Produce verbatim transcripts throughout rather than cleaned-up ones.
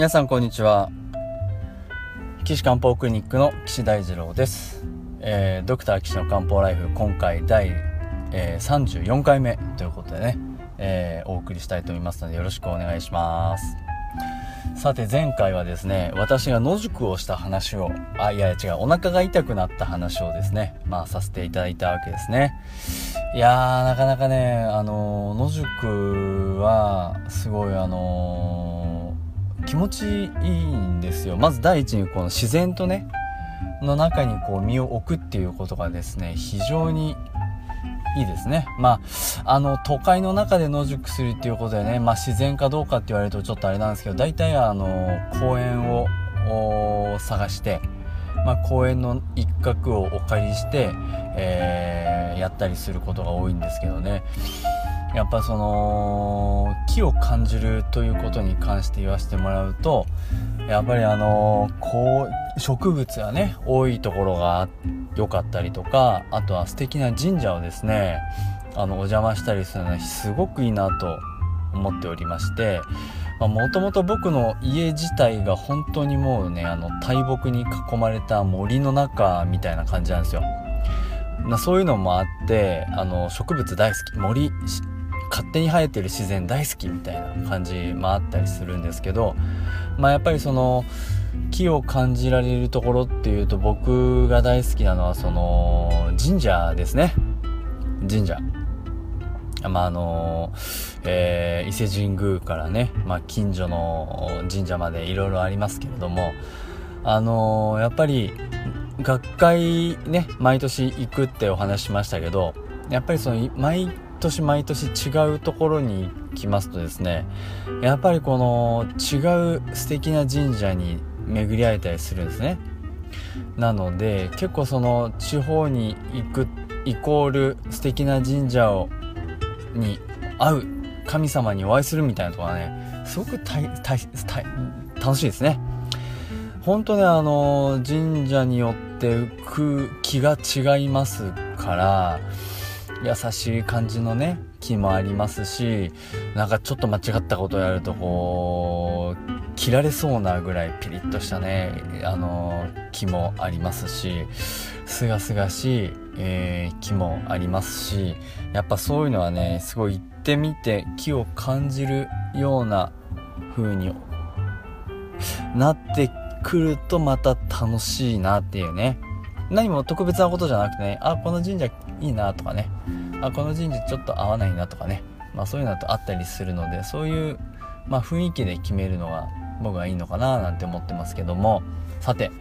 皆さんこんにちは。岸漢方クリニックの岸大二郎です。えー、ドクター岸の漢方ライフ、今回第、えー、さんじゅうよんかいめということでね、えー、お送りしたいと思いますのでよろしくお願いします。さて前回はですね、私が野宿をした話をあいや違うお腹が痛くなった話をですね、まあさせていただいたわけですね。いやーなかなかね、あのー、野宿はすごいあのー気持ちいいんですよ。まず第一にこの自然とねの中にこう身を置くっていうことがですね、非常にいいですね。まああの都会の中で野宿するっていうことでね、まあ自然かどうかって言われるとちょっとあれなんですけど、大体あの公園を探して、まあ、公園の一角をお借りして、えー、やったりすることが多いんですけどね、やっぱその木を感じるということに関して言わせてもらうと、やっぱりあのこう植物がね多いところが良かったりとか、あとは素敵な神社をですねあのお邪魔したりするのはすごくいいなと思っておりまして、もともと僕の家自体が本当にもうねあの大木に囲まれた森の中みたいな感じなんですよ。そういうのもあってあの植物大好き、森勝手に生えてる自然大好きみたいな感じもあったりするんですけど、まあやっぱりその木を感じられるところっていうと、僕が大好きなのはその神社ですね。神社まああの、えー、伊勢神宮からね、まあ、近所の神社までいろいろありますけれども、あのー、やっぱり学会ね毎年行くってお話しましたけど、やっぱりその毎年毎年違うところに行きますとですね、やっぱりこの違う素敵な神社に巡り会えたりするんですね。なので結構その地方に行くイコール素敵な神社をに会う、神様にお会いするみたいなところはねすごくたいたいたい楽しいですね。本当ねあの神社によって空気が違いますから、優しい感じのね木もありますし、なんかちょっと間違ったことをやるとこう切られそうなぐらいピリッとしたねあの木もありますし、すがすがしい、えー、木もありますし、やっぱそういうのはねすごい行ってみて木を感じるような風になってくるとまた楽しいなっていうね。何も特別なことじゃなくてね、あこの神社いいなとかね、あこの神社ちょっと合わないなとかね、まあそういうのとあったりするので、そういう、まあ、雰囲気で決めるのが僕はいいのかななんて思ってますけども、さて、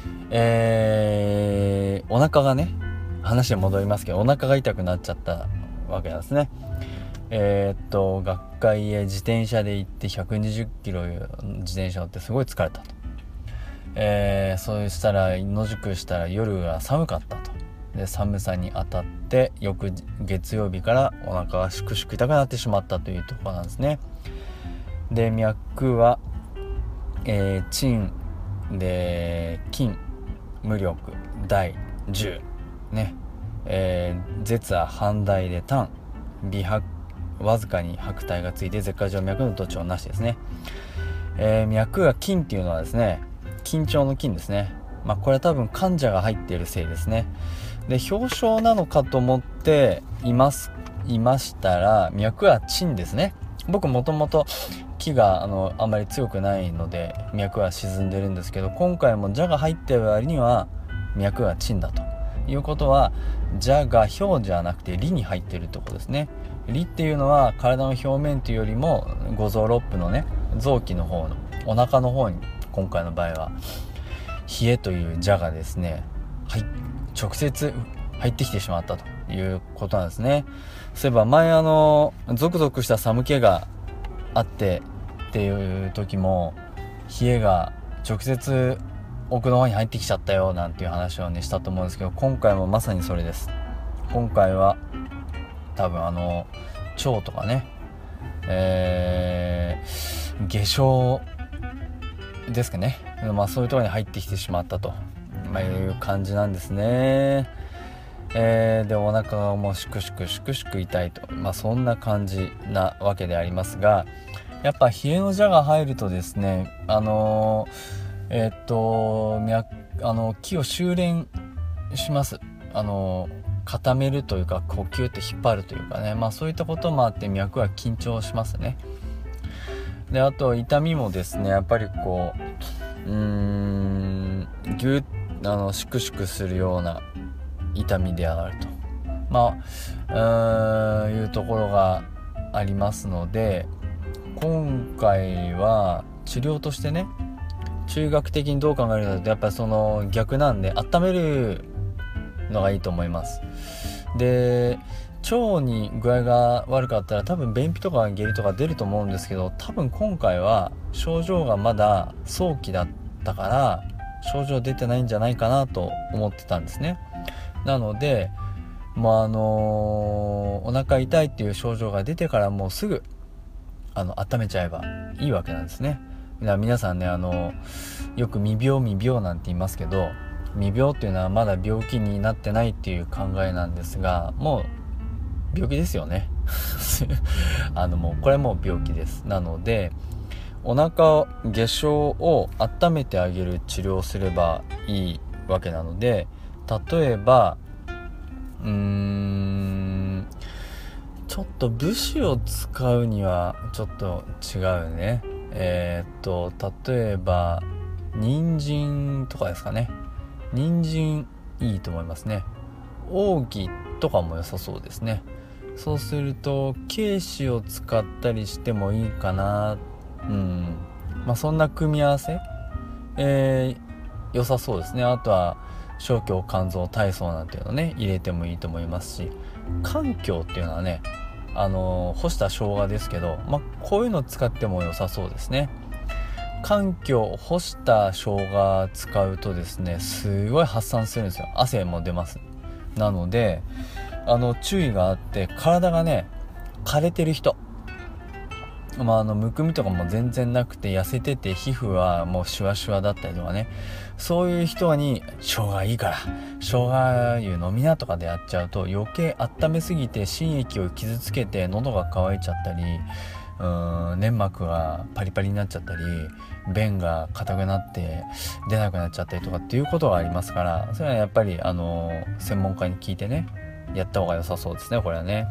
えー、お腹がね話に戻りますけど、お腹が痛くなっちゃったわけなんですね。えー、っと学会へ自転車で行ってひゃくにじゅっキロ自転車乗ってすごい疲れたと。えー、そうしたら野宿したら夜が寒かったと。で寒さに当たって翌月曜日からお腹がしくしく痛くなってしまったというところなんですね。で脈は、えー、鎮で筋無力大十ね、えー、舌は半大で痰微白わずかに白帯がついて舌下静脈の土調なしですね。えー、脈が筋っていうのはですね緊張の筋ですね。まあこれは多分患者が入っているせいですね。で表彰なのかと思っていますいましたら、脈は鎮ですね。僕もともと気があのあまり強くないので脈は沈んでるんですけど、今回も邪が入っている割には脈が鎮だということは、邪が表じゃなくて理に入っているところですね。理っていうのは体の表面というよりも五臓六腑のね臓器の方のお腹の方に、今回の場合は冷えという邪がですね、はい、直接入ってきてしまったということなんですね。そういえば前あのゾクゾクした寒気があってっていう時も冷えが直接奥の方に入ってきちゃったよなんていう話をねしたと思うんですけど、今回もまさにそれです。今回は多分あの腸とかね、えー、下症ですかね、まあそういうところに入ってきてしまったと、まあ、いう感じなんですね。えー、でお腹がもうシクシクシクシク痛いと、まあそんな感じなわけでありますが、 やっぱ冷えの邪が入るとですね、あのー、えー、っと脈あの気を修練します。あの固めるというか呼吸って引っ張るというかね、まあそういったこともあって脈は緊張しますね。であと痛みもですね、やっぱりこううーんぎゅっあのシクシクするような痛みであると、まあうーんいうところがありますので、今回は治療としてね、中学的にどう考えるかというと、やっぱりその逆なんで温めるのがいいと思います。で腸に具合が悪かったら多分便秘とか下痢とか出ると思うんですけど、多分今回は症状がまだ早期だったから症状出てないんじゃないかなと思ってたんですね。なのでもうあのー、お腹痛いっていう症状が出てからもうすぐあの温めちゃえばいいわけなんですね。だから皆さんね、あのよく未病未病なんて言いますけど、未病っていうのはまだ病気になってないっていう考えなんですが、もう病気ですよねあのもうこれもう病気です。なのでお腹下症を温めてあげる治療をすればいいわけなので、例えばうーんちょっと武士を使うにはちょっと違うね。えー、っと例えば人参とかですかね。人参いいと思いますね。奥義とかも良さそうですね。そうすると桂枝を使ったりしてもいいかな。うんまあそんな組み合わせ、えー、良さそうですね。あとは小腸肝臓体操なんていうのね入れてもいいと思いますし、肝経っていうのはね、あのー、干した生姜ですけど、まあこういうの使っても良さそうですね。肝経干した生姜使うとですね、すごい発散するんですよ。汗も出ます。なのであの注意があって、体がね枯れてる人、まあ、あのむくみとかも全然なくて痩せてて皮膚はもうシュワシュワだったりとかね、そういう人に生姜いいから生姜湯飲みなとかでやっちゃうと、余計温めすぎて心液を傷つけて喉が渇いちゃったり、うーん粘膜がパリパリになっちゃったり、便が硬くなって出なくなっちゃったりとかっていうことがありますから、それはやっぱりあの専門家に聞いてねやった方が良さそうですね、これはね。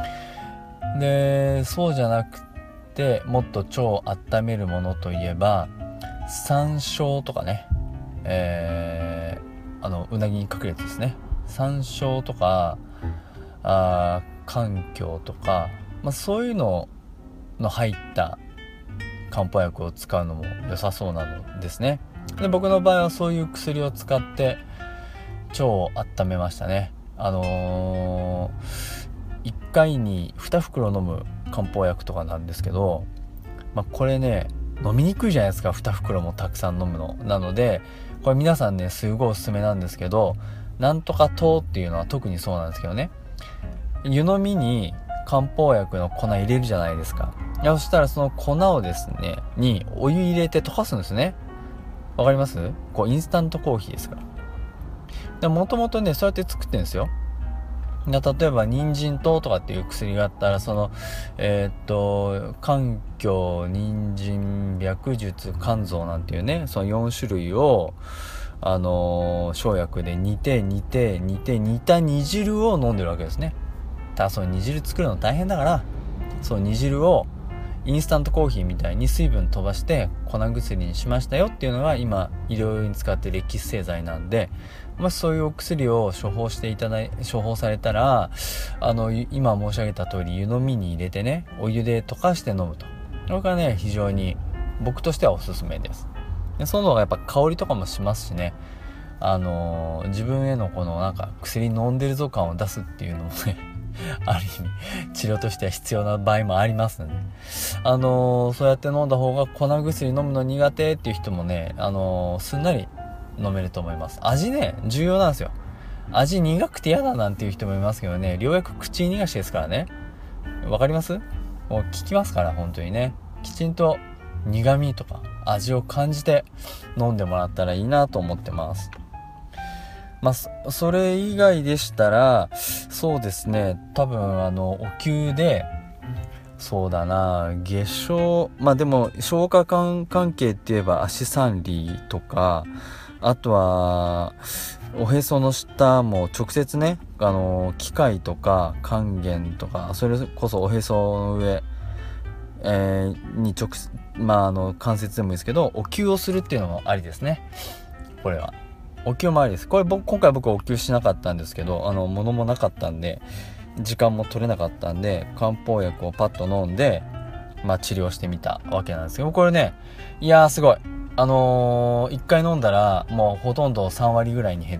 でそうじゃなくてもっと腸を温めるものといえば山椒とかね、えー、あのうなぎに隠れてですね、山椒とかあ肝経とか、まあ、そういうのの入った漢方薬を使うのも良さそうなのですね。で僕の場合はそういう薬を使って腸を温めましたね。あのー、いっかいにに袋飲む漢方薬とかなんですけど、まあ、これね飲みにくいじゃないですか、に袋もたくさん飲むの。なのでこれ皆さんねすごいおすすめなんですけど、なんとか糖っていうのは特にそうなんですけどね、湯飲みに漢方薬の粉入れるじゃないですか。いやそしたらその粉をですねにお湯入れて溶かすんですね。わかります？こうインスタントコーヒーですから。でもともとねそうやって作ってるんですよ。例えば人参糖とかっていう薬があったら、そのえー、っと肝経人参白術肝臓なんていうね、そのよん種類をあのー、生薬で煮て煮て煮て煮た煮汁を飲んでるわけですね。ただその煮汁作るの大変だから、その煮汁をインスタントコーヒーみたいに水分飛ばして粉薬にしましたよっていうのが今医療用に使っているエキス製剤なんで、まあ、そういうお薬を処方していただい処方されたら、あの今申し上げた通り湯飲みに入れてねお湯で溶かして飲むと、これがね非常に僕としてはおすすめです。でその方がやっぱ香りとかもしますしね、あのー、自分へのこのなんか薬飲んでるぞ感を出すっていうのもねある意味治療としては必要な場合もありますので、あのー、そうやって飲んだ方が粉薬飲むの苦手っていう人もね、あのー、すんなり飲めると思います。味ね重要なんですよ。味苦くて嫌だなんていう人もいますけどね、良薬口に逃がしですからね。わかります？もう効きますから本当にね、きちんと苦味とか味を感じて飲んでもらったらいいなと思ってます。まあ、それ以外でしたらそうですね、多分あのお灸でそうだな、月賞、まあでも消化管関係って言えば足三里とか、あとはおへその下も直接ね、あの機械とか還元とか、それこそおへその上、えー、に直まああの関節でもいいですけど、お灸をするっていうのもありですね。これはお灸もありです。これ僕今回僕お灸しなかったんですけど、あの物もなかったんで、時間も取れなかったんで、漢方薬をパッと飲んで、まあ治療してみたわけなんですけど、これね、いやーすごい、あのー、いっかい飲んだらもうほとんどさんわりぐらいに減って、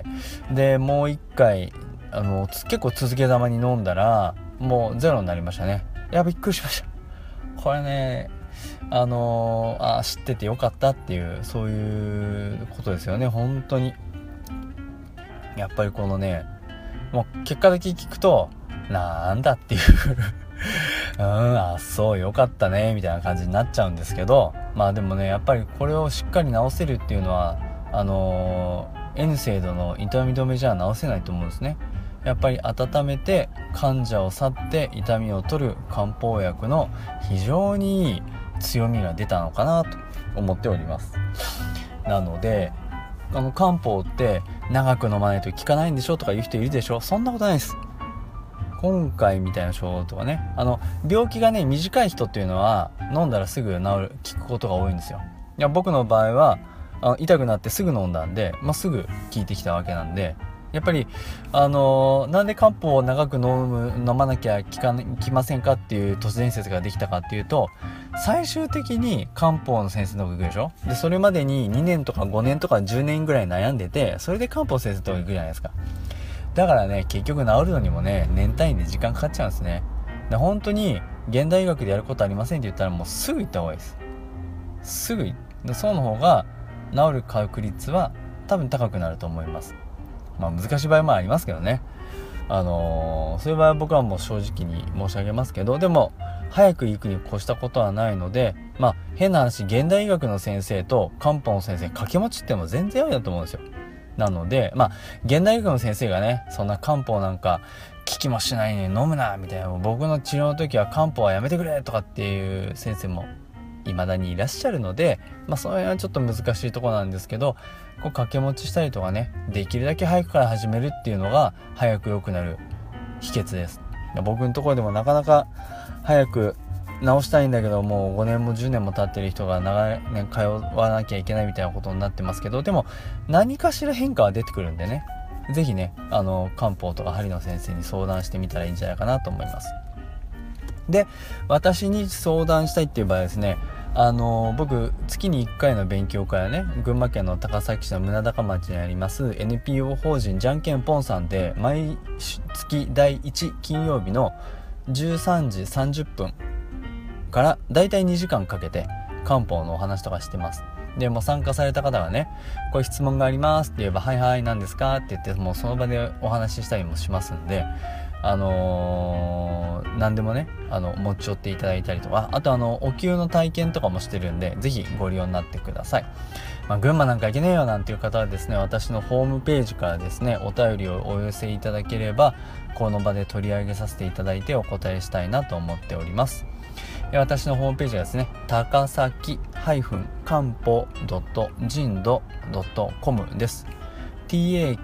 でもういっかいあの結構続けざまに飲んだらもうゼロになりましたね。いやびっくりしました。これね、あのー、あ知っててよかったっていう、そういうことですよね。本当にやっぱりこのね、もう結果だけ聞くとなんだっていううんあそうよかったねみたいな感じになっちゃうんですけど、まあでもね、やっぱりこれをしっかり治せるっていうのはあのー、N 精度の痛み止めじゃ治せないと思うんですね。やっぱり温めて患者を去って痛みを取る漢方薬の非常にいい強みが出たのかなと思っております。なのであの漢方って長く飲まないと効かないんでしょとか言う人いるでしょ。そんなことないです。今回みたいな症状とかね、あの病気がね短い人っていうのは飲んだらすぐ治る効くことが多いんですよ。いや僕の場合はあの痛くなってすぐ飲んだんで、まあ、すぐ効いてきたわけなんで、やっぱりあのー、なんで漢方を長く飲む飲まなきゃ効か効きませんかっていう都市伝説ができたかっていうと、最終的に漢方の先生のとこ行くでしょ。でそれまでににねんとかごねんとかじゅうねんぐらい悩んでて、それで漢方先生のとこ行くじゃないですか。だからね、結局治るのにもね年単位で時間かかっちゃうんですね。で本当に現代医学でやることありませんって言ったらもうすぐ行った方がいいです。すぐでその方が治る確率は多分高くなると思います。まあ難しい場合もありますけどね、あのー、そういう場合は僕はもう正直に申し上げますけど、でも早く行くに越したことはないので、まあ変な話、現代医学の先生と漢方の先生掛け持ちっても全然ありだと思うんですよ。なのでまあ現代医学の先生がね、そんな漢方なんか効きもしないのに飲むなみたいな、僕の治療の時は漢方はやめてくれとかっていう先生も未だにいらっしゃるので、まあそれはちょっと難しいところなんですけど、こう掛け持ちしたりとかね、できるだけ早くから始めるっていうのが早く良くなる秘訣です。僕のところでもなかなか早く治したいんだけど、もうごねんもじゅうねんも経ってる人が長年通わなきゃいけないみたいなことになってますけど、でも何かしら変化は出てくるんでね、ぜひね、あの漢方とか針の先生に相談してみたらいいんじゃないかなと思います。で、私に相談したいっていう場合はですね、あの僕月にいっかいの勉強会はね、群馬県の高崎市の宗高町にあります エヌピーオー 法人じゃんけんぽんさんで毎月だいいち金曜日のじゅうさんじさんじゅっぷんからだいたいにじかんかけて漢方のお話とかしてます。でもう参加された方がね、こういう質問がありますって言えば、はいはい何ですかって言って、もうその場でお話ししたりもしますんで、あのー、何でもね、あの持ち寄っていただいたりとか、あとあのお灸の体験とかもしてるんで、ぜひご利用になってください。まあ、群馬なんか行けねえよなんていう方はですね、私のホームページからですねお便りをお寄せいただければ、この場で取り上げさせていただいてお答えしたいなと思っております。私のホームページはですね、高崎漢方ジンド ドットコム です。 タ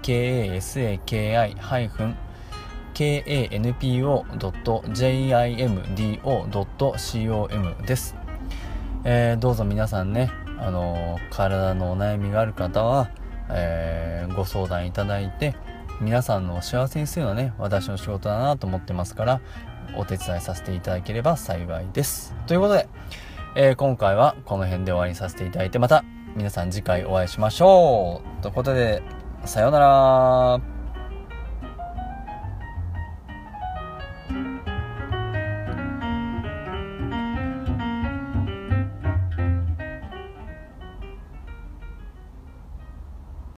カサキ カンポ ドット ジンド ドット コム です。えー、どうぞ皆さんね、あのー、体のお悩みがある方は、えー、ご相談いただいて、皆さんの幸せにするのはね、私の仕事だなと思ってますから、お手伝いさせていただければ幸いです。ということで、えー、今回はこの辺で終わりにさせていただいて、また皆さん次回お会いしましょうということで、さようなら。